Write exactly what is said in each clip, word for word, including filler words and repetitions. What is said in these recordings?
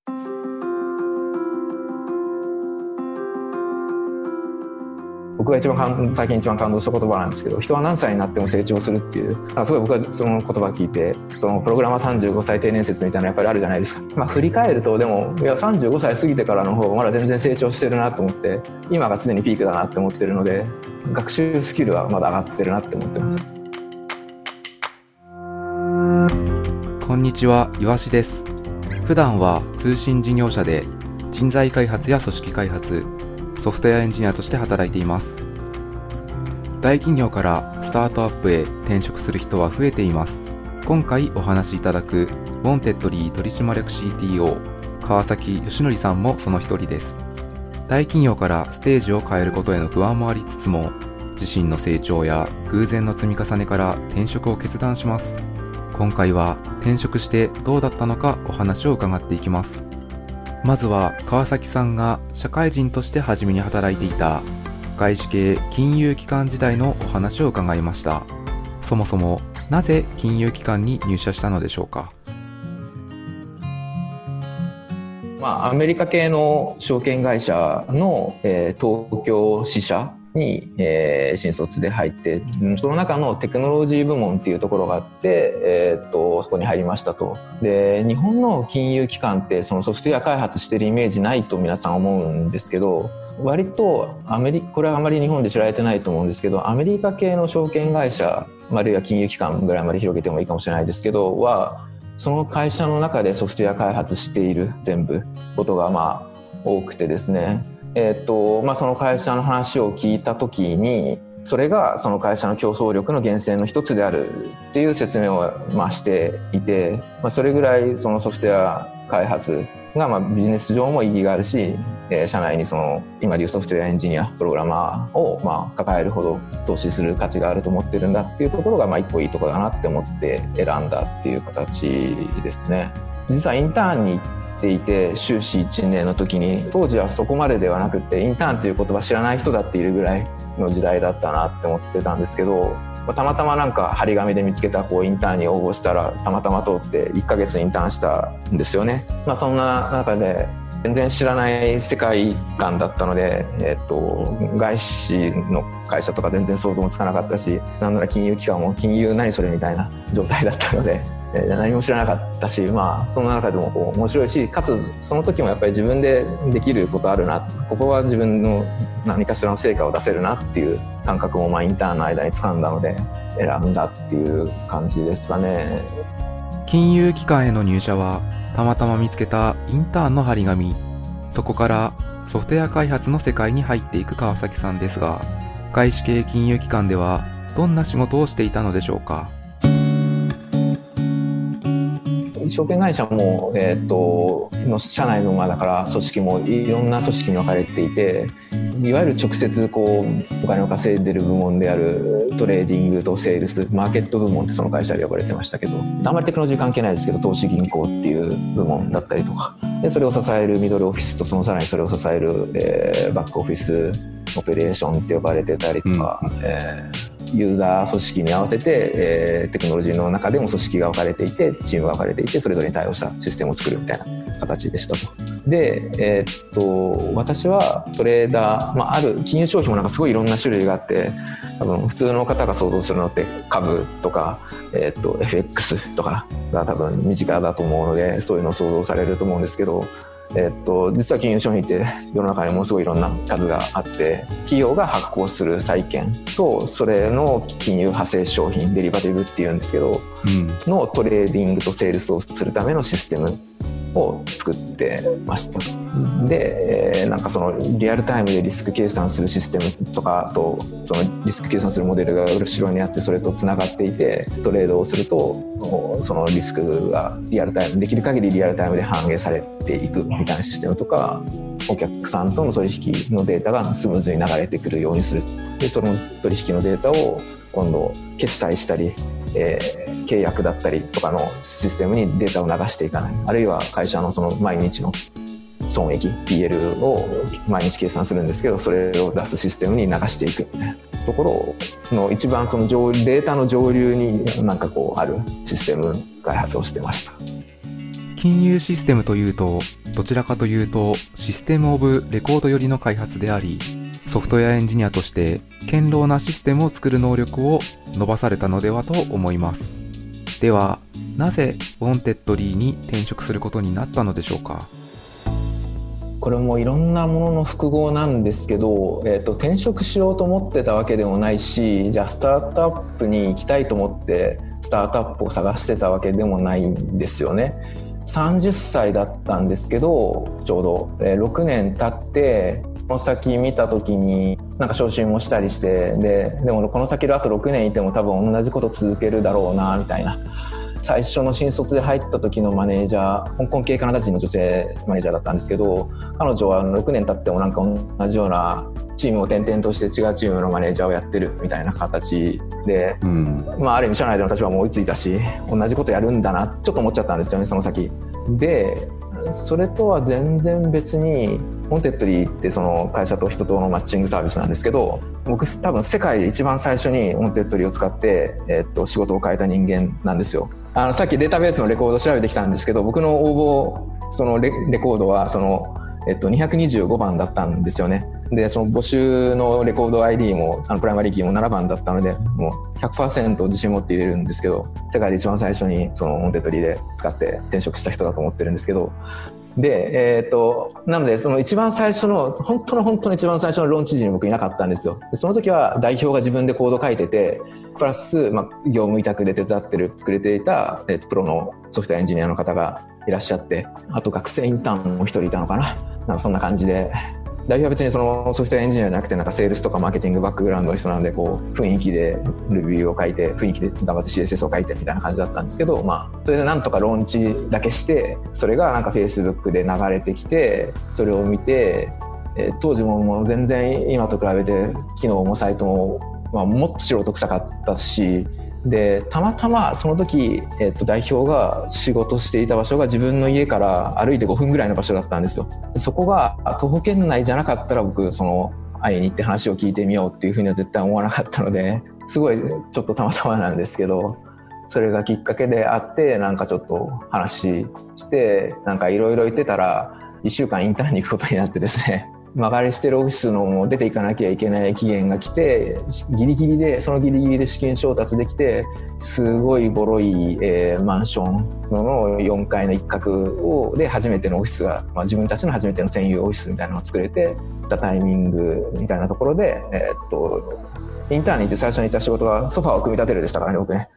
僕が一番感最近一番感動した言葉なんですけど、人は何歳になっても成長するっていう、すごい僕はその言葉を聞いて、そのプログラマーさんじゅうごさい定年説みたいなのやっぱりあるじゃないですか。まあ振り返ると、でもいやさんじゅうごさい過ぎてからの方がまだ全然成長してるなと思って、今が常にピークだなって思ってるので、学習スキルはまだ上がってるなって思ってます。 こんにちは、いわしです。普段は通信事業者で人材開発や組織開発、ソフトウェアエンジニアとして働いています。大企業からスタートアップへ転職する人は増えています。今回お話しいただくウォンテッドリー取締役 シーティーオー 川崎義則さんもその一人です。大企業からステージを変えることへの不安もありつつも、自身の成長や偶然の積み重ねから転職を決断します。今回は転職してどうだったのかお話を伺っていきます。まずは川崎さんが社会人として初めに働いていた外資系金融機関時代のお話を伺いました。そもそもなぜ金融機関に入社したのでしょうか。 まあ、アメリカ系の証券会社の、えー、東京支社に、えー、新卒で入って、その中のテクノロジー部門っていうところがあって、えー、っとそこに入りましたと。で、日本の金融機関ってそのソフトウェア開発してるイメージないと皆さん思うんですけど、割とアメリカ、これはあまり日本で知られてないと思うんですけど、アメリカ系の証券会社、あるいは金融機関ぐらいまで広げてもいいかもしれないですけどは、その会社の中でソフトウェア開発している全部ことがまあ多くてですね、えーとまあ、その会社の話を聞いたときに、それがその会社の競争力の源泉の一つであるっていう説明をまあしていて、まあ、それぐらいそのソフトウェア開発がまあビジネス上も意義があるし、えー、社内にその今でいうソフトウェアエンジニアプログラマーをまあ抱えるほど投資する価値があると思ってるんだっていうところがまあ一個いいところだなって思って選んだっていう形ですね。実はインターンにていて、修士いちねんの時に、当時はそこまでではなくてインターンという言葉知らない人だっているぐらいの時代だったなって思ってたんですけど、たまたまなんか張り紙で見つけたこうインターンに応募したらたまたま通っていっかげつインターンしたんですよね。まあ、そんな中で全然知らない世界観だったので、えっと、外資の会社とか全然想像もつかなかったし、なんなら金融機関も金融何それみたいな状態だったので、えー、何も知らなかったし、まあそんな中でもこう面白いし、かつその時もやっぱり自分でできることあるな、ここは自分の何かしらの成果を出せるなっていう感覚もまあインターンの間に掴んだので選んだっていう感じですかね。 金融機関への入社はたまたま見つけたインターンの張り紙、そこからソフトウェア開発の世界に入っていく川崎さんですが、外資系金融機関ではどんな仕事をしていたのでしょうか。 証券会社も、えー、との社内のまあだから組織もいろんな組織に分かれていて、いわゆる直接こうお金を稼いでる部門であるトレーディングとセールス、マーケット部門ってその会社で呼ばれてましたけど、あまりテクノロジー関係ないですけど投資銀行っていう部門だったりとかで、それを支えるミドルオフィスとそのさらにそれを支える、えー、バックオフィスオペレーションって呼ばれてたりとか、うんえーユーザー組織に合わせて、えー、テクノロジーの中でも組織が分かれていて、チームが分かれていて、それぞれに対応したシステムを作るみたいな形でしたと。で、えー、っと私はトレーダー、まあ、ある金融商品もなんかすごいいろんな種類があって、多分普通の方が想像するのって株とか、えー、っと エフエックス とかが多分身近だと思うので、そういうのを想像されると思うんですけど、えっと、実は金融商品って世の中にものすごいいろんな数があって、企業が発行する債券とそれの金融派生商品、デリバティブっていうんですけど、うん、のトレーディングとセールスをするためのシステムを作ってました。で、えー、なんかそのリアルタイムでリスク計算するシステムとかと、そのリスク計算するモデルが後ろにあって、それとつながっていて、トレードをするとそのリスクがリアルタイム、できる限りリアルタイムで反映されていくみたいなシステムとか、お客さんとの取引のデータがスムーズに流れてくるようにする。で、その取引のデータを今度決済したり、えー、契約だったりとかのシステムにデータを流していかない、あるいは会社のその毎日の損益 ピーエル を毎日計算するんですけど、それを出すシステムに流していくみたいなところの一番その上データの上流になんかこうあるシステム開発をしてました。 金融システムというと、どちらかというとシステムオブレコード寄りの開発であり、ソフトウェアエンジニアとして堅牢なシステムを作る能力を伸ばされたのではと思います。では、なぜウォンテッドリーに転職することになったのでしょうか。 これもいろんなものの複合なんですけど、えーと、転職しようと思ってたわけでもないし、じゃあスタートアップに行きたいと思ってスタートアップを探してたわけでもないんですよね。さんじゅっさいだったんですけど、ちょうど、えー、ろくねん経ってこの先見た時になんか昇進もしたりして、で、でもこの先であとろくねんいても多分同じこと続けるだろうなみたいな。最初の新卒で入った時のマネージャー、香港系カナダ人の女性マネージャーだったんですけど、彼女はろくねん経ってもなんか同じようなチームを転々として違うチームのマネージャーをやってるみたいな形で、うん、まあある意味社内での立場も追いついたし、同じことやるんだなちょっと思っちゃったんですよね、その先で。それとは全然別にウォンテッドリーってその会社と人とのマッチングサービスなんですけど、僕多分世界で一番最初にウォンテッドリーを使って、えー、っと仕事を変えた人間なんですよ。あのさっきデータベースのレコードを調べてきたんですけど、僕の応募その レ, レコードはその、えっと、にひゃくにじゅうごばんだったんですよね。でその募集のレコード アイディー もあのプライマリーキーもななばんだったので、もう ひゃくパーセント 自信持って入れるんですけど、世界で一番最初にそのウォンテッドリーで使って転職した人だと思ってるんですけど、で、えー、となのでその一番最初の本当の本当の一番最初のローンチ時に僕いなかったんですよ。でその時は代表が自分でコード書いてて、プラス、まあ、業務委託で手伝ってるくれていたえプロのソフトウェアエンジニアの方がいらっしゃって、あと学生インターンも一人いたのかな、なんかそんな感じで、代表は別にそのソフトウェアエンジニアじゃなくてなんかセールスとかマーケティングバックグラウンドの人なんで、こう雰囲気でレビューを書いて、雰囲気で頑張って シーエスエス を書いてみたいな感じだったんですけど、まあそれでなんとかローンチだけして、それがなんか Facebook で流れてきて、それを見て、えー、当時ももう全然今と比べて機能もサイトも、まあ、もっと素人臭かったし、でたまたまその時、えー、と代表が仕事していた場所が自分の家から歩いてごふんぐらいの場所だったんですよ。そこが徒歩圏内じゃなかったら僕その会いに行って話を聞いてみようっていうふうには絶対思わなかったので、すごいちょっとたまたまなんですけど、それがきっかけであって、なんかちょっと話してなんかいろいろ言ってたらいっしゅうかんインターンに行くことになってですね、曲がりしてるオフィスのも出ていかなきゃいけない期限が来て、ギリギリでそのギリギリで資金調達できて、すごいボロい、えー、マンションのよんかいの一角をで初めてのオフィスが、まあ、自分たちの初めての専用オフィスみたいなのが作れてたタイミングみたいなところで、えー、っとインターンに行って最初に行った仕事がソファーを組み立てるでしたからね、僕ね。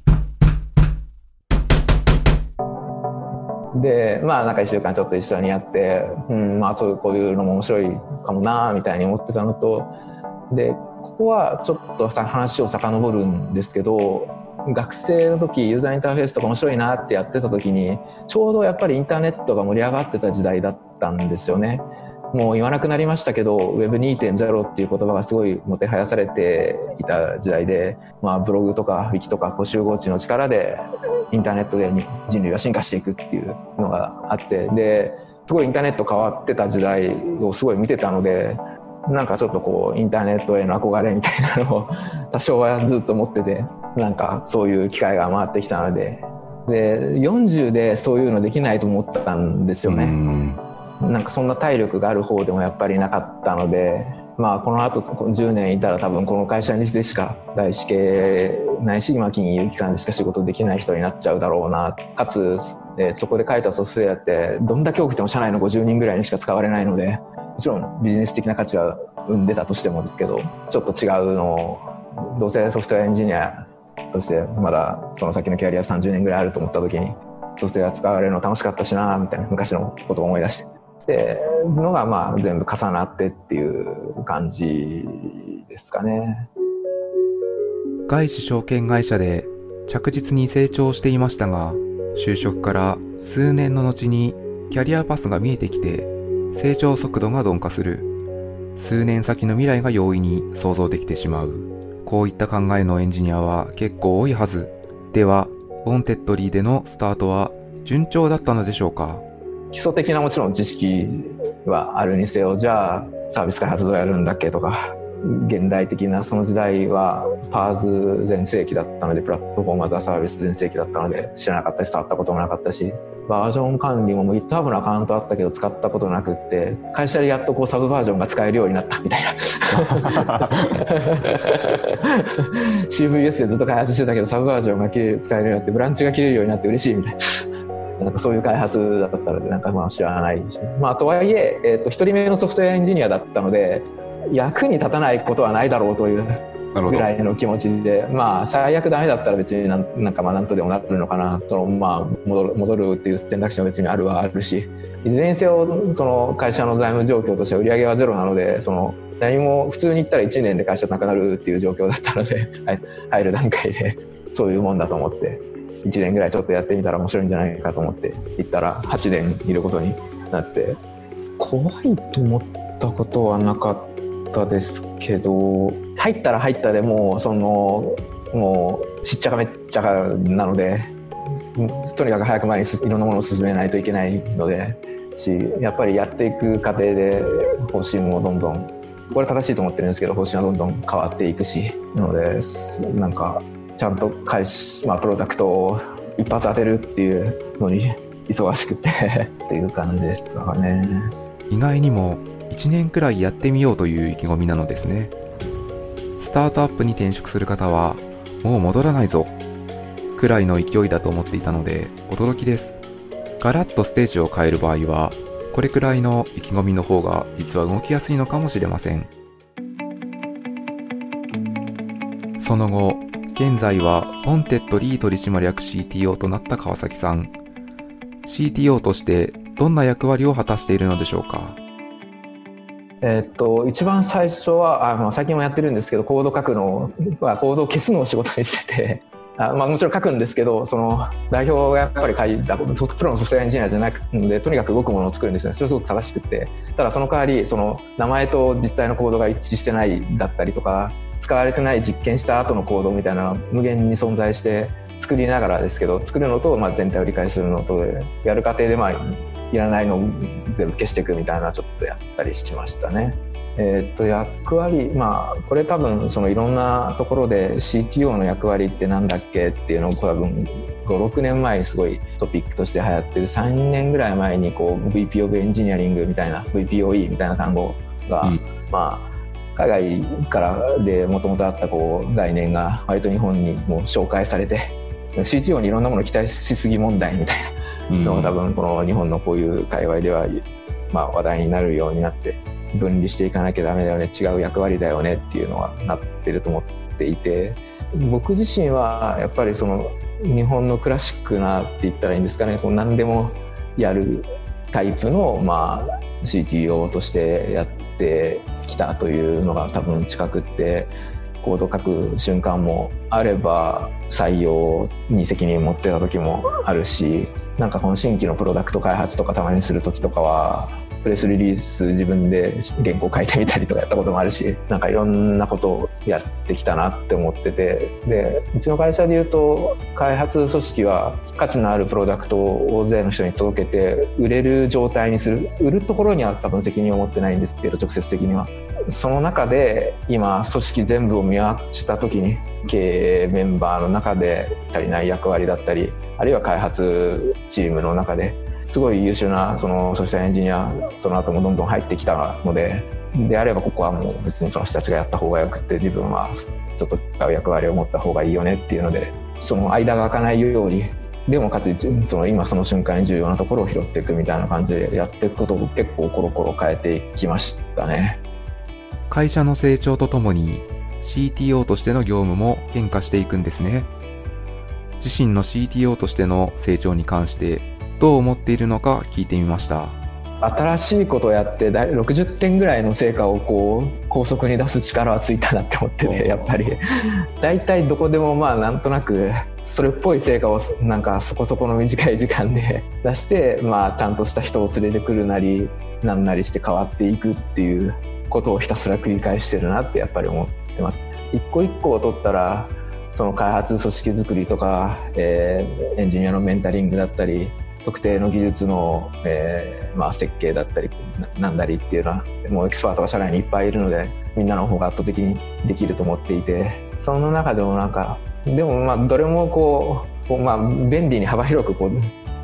でまあなんかいっしゅうかんちょっと一緒にやって、うん、まあそうこういうのも面白いかもなみたいに思ってたのと、でここはちょっと話を遡るんですけど、学生の時ユーザーインターフェースとか面白いなってやってた時に、ちょうどやっぱりインターネットが盛り上がってた時代だったんですよね。もう言わなくなりましたけど ウェブにてんゼロ っていう言葉がすごいもてはやされていた時代で、まあ、ブログとかウィキとかこう集合値の力でインターネットで人類は進化していくっていうのがあって、ですごいインターネット変わってた時代をすごい見てたので、なんかちょっとこうインターネットへの憧れみたいなのを多少はずっと持ってて、なんかそういう機会が回ってきたので、でよんじゅうでそういうのできないと思ったんですよね。うんなんかそんな体力がある方でもやっぱりなかったので、まあこの後じゅうねんいたら多分この会社にでしか外資系ないし、まあ金融機関でしか仕事できない人になっちゃうだろうな。かつ、えー、そこで書いたソフトウェアってどんだけ多くても社内のごじゅうにんぐらいにしか使われないので、もちろんビジネス的な価値は生んでたとしてもですけど、ちょっと違うのを、どうせソフトウェアエンジニアとしてまだその先のキャリアさんじゅうねんぐらいあると思った時に、ソフトウェア使われるの楽しかったしなみたいな昔のことを思い出して、ってのがまあ全部重なってっていう感じですかね。 外資証券会社で着実に成長していましたが、就職から数年の後にキャリアパスが見えてきて成長速度が鈍化する。数年先の未来が容易に想像できてしまう。こういった考えのエンジニアは結構多いはず。では、ウォンテッドリーでのスタートは順調だったのでしょうか？ 基礎的なもちろん知識はあるにせよ、じゃあサービス開発どうやるんだっけとか、現代的なその時代はパーズ全盛期だったので、プラットフォームアザーサービス全盛期だったので知らなかったし触ったこともなかったし、 バージョン管理も GitHub のアカウントあったけど使ったことなくって、会社でやっとこうサブバージョンが使えるようになったみたいなシーブイエス でずっと開発してたけどサブバージョンが使えるようになってブランチが切れるようになって嬉しいみたいななんかそういう開発だったのでなんかまあ知らないし、まあ、とはいええー、とひとりめのソフトウェアエンジニアだったので役に立たないことはないだろうというぐらいの気持ちで、まあ最悪ダメだったら別になんなんかまあ何とでもなるのかなと、まあ戻る戻るっていう選択肢も別にあるはあるし、いずれにせよその会社の財務状況としては売り上げはゼロなので、その何も普通に言ったらいちねんで会社なくなるっていう状況だったので入る段階でそういうもんだと思っていちねんぐらいちょっとやってみたら面白いんじゃないかと思って行ったらはちねんいることになって、怖いと思ったことはなかったですけど、入ったら入ったでもうそのもうしっちゃかめっちゃかなので、とにかく早く前にいろんなものを進めないといけないのでし、やっぱりやっていく過程で方針もどんどん、これ正しいと思ってるんですけど方針はどんどん変わっていくしので、なんかちゃんと会社、まあ、プロダクトを一発当てるっていうのに忙しくてっていう感じでしたかね。 意外にもいちねんくらいやってみようという意気込みなのですね。スタートアップに転職する方はもう戻らないぞくらいの勢いだと思っていたので驚きです。ガラッとステージを変える場合はこれくらいの意気込みの方が実は動きやすいのかもしれません。その後現在はホンテッドリー取締役 シーティーオー となった川崎さん。 シーティーオー としてどんな役割を果たしているのでしょうか。 えー、っと一番最初はあ、まあ、最近もやってるんですけど、コード書くのはコードを消すのを仕事にしててあ、まあ、もちろん書くんですけど、その代表がやっぱり書いたソフトプロのソフトウェアエンジニアじゃなくて、とにかく動くものを作るんですね。それはすごく正しくて、ただその代わりその名前と実際のコードが一致してないだったりとか、使われてない実験した後のコードみたいなのは無限に存在して作りながらですけど、作るのとまあ全体を理解するのとやる過程でまあいらないのを全部消していくみたいなちょっとやったりしましたね。えー、っと役割、まあこれ多分そのいろんなところで シーティーオー の役割ってなんだっけっていうのを多分ご、ろくねんまえにすごいトピックとして流行ってる、さんねんぐらい前にこう ブイピーオー オブエンジニアリングみたいな ブイピーオーイー みたいな単語が、うん、まあ海外からでもともとあったこう概念が割と日本にも紹介されて、 シーティーオー にいろんなものを期待しすぎ問題みたいなのが多分この日本のこういう界隈ではまあ話題になるようになって、分離していかなきゃダメだよね、違う役割だよねっていうのはなってると思っていて、僕自身はやっぱりその日本のクラシックなって言ったらいいんですかね、こう何でもやるタイプのまあ シーティーオー としてやってきたというのが多分近くって、コード書く瞬間もあれば採用に責任持ってた時もあるし、なんかこの新規のプロダクト開発とかたまにする時とかはプレスリリース自分で原稿書いてみたりとかやったこともあるし、なんかいろんなことをやってきたなって思ってて、でうちの会社でいうと開発組織は価値のあるプロダクトを大勢の人に届けて売れる状態にする、売るところには多分責任を持ってないんですけど直接的には、その中で今組織全部を見渡した時に経営メンバーの中で足りない役割だったり、あるいは開発チームの中ですごい優秀なそのソフトウェアエンジニアその後もどんどん入ってきたので、であればここはもう別にその人たちがやった方がよくて、自分はちょっと違う役割を持った方がいいよねっていうので、その間が空かないように、でもかつその今その瞬間に重要なところを拾っていくみたいな感じでやっていくことを結構コロコロ変えていきましたね。 会社の成長とともに シーティーオー としての業務も変化していくんですね。自身の シーティーオー としての成長に関してどう思っているのか聞いてみました。 新しいことをやってろくじゅってんぐらいの成果をこう高速に出す力はついたなって思ってて、やっぱりだいたいどこでもまあなんとなくそれっぽい成果をなんかそこそこの短い時間で出して、まあちゃんとした人を連れてくるなりなんなりして変わっていくっていうことをひたすら繰り返してるなってやっぱり思ってます。一個一個を取ったらその開発組織づくりとか、えー、エンジニアのメンタリングだったり特定の技術の、えーまあ、設計だったり な, なんだりっていうのはもうエキスパートが社内にいっぱいいるので、みんなの方が圧倒的にできると思っていて、その中でもなんかでもまあどれもこう、こうまあ便利に幅広くこう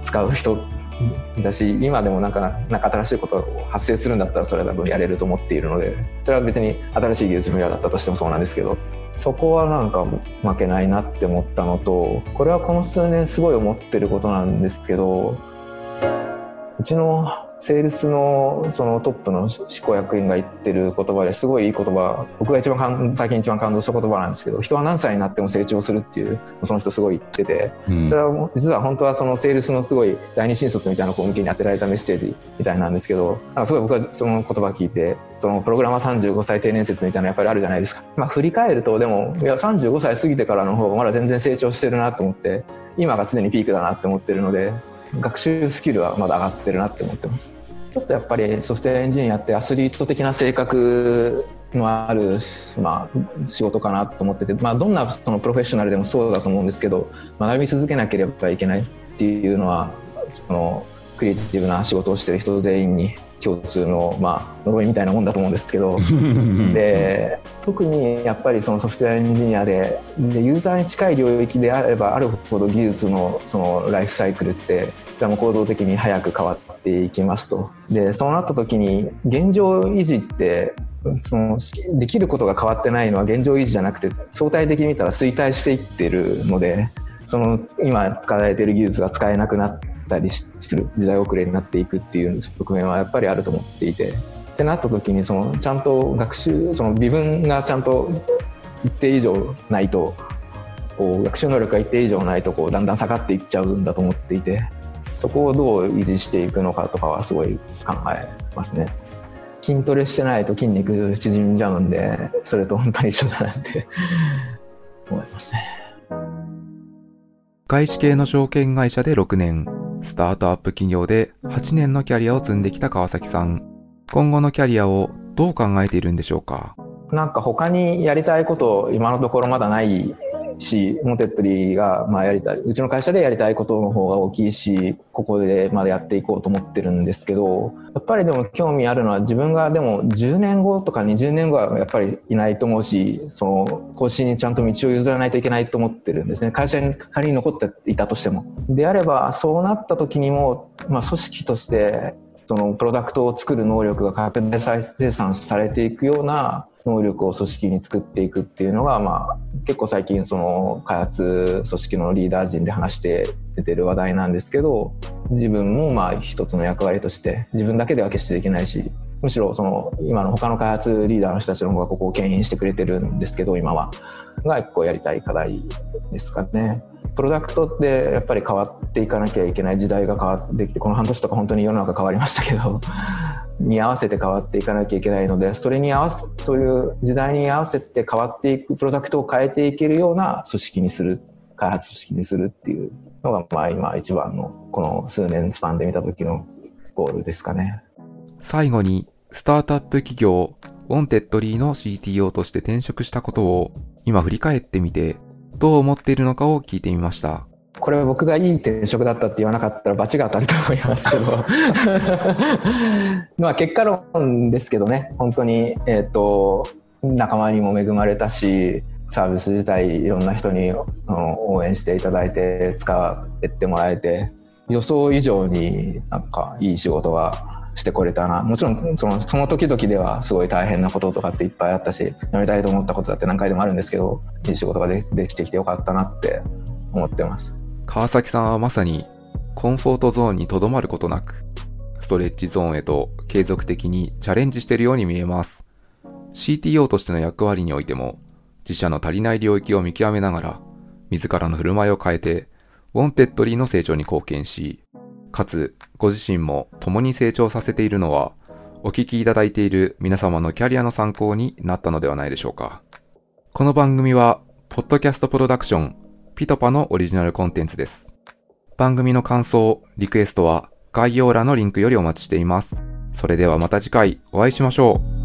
使う人だし、今でもなんかなんか新しいことを発生するんだったらそれは多分やれると思っているので、それは別に新しい技術分野だったとしてもそうなんですけど、そこはなんか負けないなって思ったのと、これはこの数年すごい思ってることなんですけど、うちのセールスのそのトップの執行役員が言ってる言葉ですごいいい言葉、僕が一番最近一番感動した言葉なんですけど、人は何歳になっても成長するっていう、その人すごい言ってて、それは実は本当はそのセールスのすごい第二新卒みたいな子向けに当てられたメッセージみたいなんですけど、なんかすごい僕はその言葉聞いて、そのプログラマーさんじゅうごさい定年説みたいなのやっぱりあるじゃないですか。まあ振り返るとでもいやさんじゅうごさい過ぎてからの方がまだ全然成長してるなと思って、今が常にピークだなって思ってるので、学習スキルはまだ上がってるなって思ってます。ちょっとやっぱりソフトウェアエンジニアってアスリート的な性格のある、まあ、仕事かなと思ってて、まあ、どんなそのプロフェッショナルでもそうだと思うんですけど、学び続けなければいけないっていうのはそのクリエイティブな仕事をしてる人全員に共通の、まあ、呪いみたいなもんだと思うんですけどで特にやっぱりそのソフトウェアエンジニア で, でユーザーに近い領域であればあるほど技術 の, そのライフサイクルって行動的に早く変わっていきますと。でそうなった時に現状維持ってそのできることが変わってないのは現状維持じゃなくて相対的に見たら衰退していってるので、その今使われている技術が使えなくなったりする時代遅れになっていくっていう側面はやっぱりあると思っていて、ってなった時にそのちゃんと学習その微分がちゃんと一定以上ないとこう学習能力が一定以上ないとこうだんだん下がっていっちゃうんだと思っていて、そこをどう維持していくのかとかはすごい考えますね。筋トレしてないと筋肉縮んじゃうんで、それと本当に一緒だなって思いますね。 外資系の証券会社でろくねん、スタートアップ企業ではちねんのキャリアを積んできた川崎さん。今後のキャリアをどう考えているんでしょうか？ なんか他にやりたいこと今のところまだないし、モテッドリーがまあやりたい、うちの会社でやりたいことの方が大きいし、ここでまだやっていこうと思ってるんですけど、やっぱりでも興味あるのは自分がでもじゅうねんごとかにじゅうねんごはやっぱりいないと思うし、その後進にちゃんと道を譲らないといけないと思ってるんですね。会社に仮に残っていたとしても。であればそうなった時にも、まあ、組織としてそのプロダクトを作る能力が拡大生産されていくような能力を組織に作っていくっていうのが、まあ、結構最近その開発組織のリーダー陣で話して出てる話題なんですけど、自分もまあ一つの役割として自分だけでは決してできないし、むしろその今の他の開発リーダーの人たちの方がここを牽引してくれてるんですけど、今はがこうやりたい課題ですかね。プロダクトってやっぱり変わっていかなきゃいけない時代が変わってきて、この半年とか本当に世の中変わりましたけどに合わせて変わっていかなきゃいけないので、それに合わせそういう時代に合わせて変わっていくプロダクトを変えていけるような組織にする、開発組織にするっていうのがまあ今一番のこの数年スパンで見た時のゴールですかね。 最後にスタートアップ企業ウォンテッドリーの シーティーオー として転職したことを今振り返ってみてどう思っているのかを聞いてみました。 これ僕がいい転職だったって言わなかったら罰が当たると思いますけどまあ結果論ですけどね、本当に、えーと、仲間にも恵まれたし、サービス自体いろんな人に応援していただいて使ってもらえて、予想以上になんかいい仕事がしてこれたな。もちろんその、その時々ではすごい大変なこととかっていっぱいあったし、やりたいと思ったことだって何回でもあるんですけど、いい仕事ができてきてよかったなって思ってます。 川崎さんはまさにコンフォートゾーンにとどまることなく、ストレッチゾーンへと継続的にチャレンジしているように見えます。シーティーオー としての役割においても、自社の足りない領域を見極めながら、自らの振る舞いを変えて、ウォンテッドリーの成長に貢献し、かつご自身も共に成長させているのは、お聞きいただいている皆様のキャリアの参考になったのではないでしょうか。この番組は、ポッドキャストプロダクション、ピトパのオリジナルコンテンツです。番組の感想、リクエストは概要欄のリンクよりお待ちしています。それではまた次回お会いしましょう。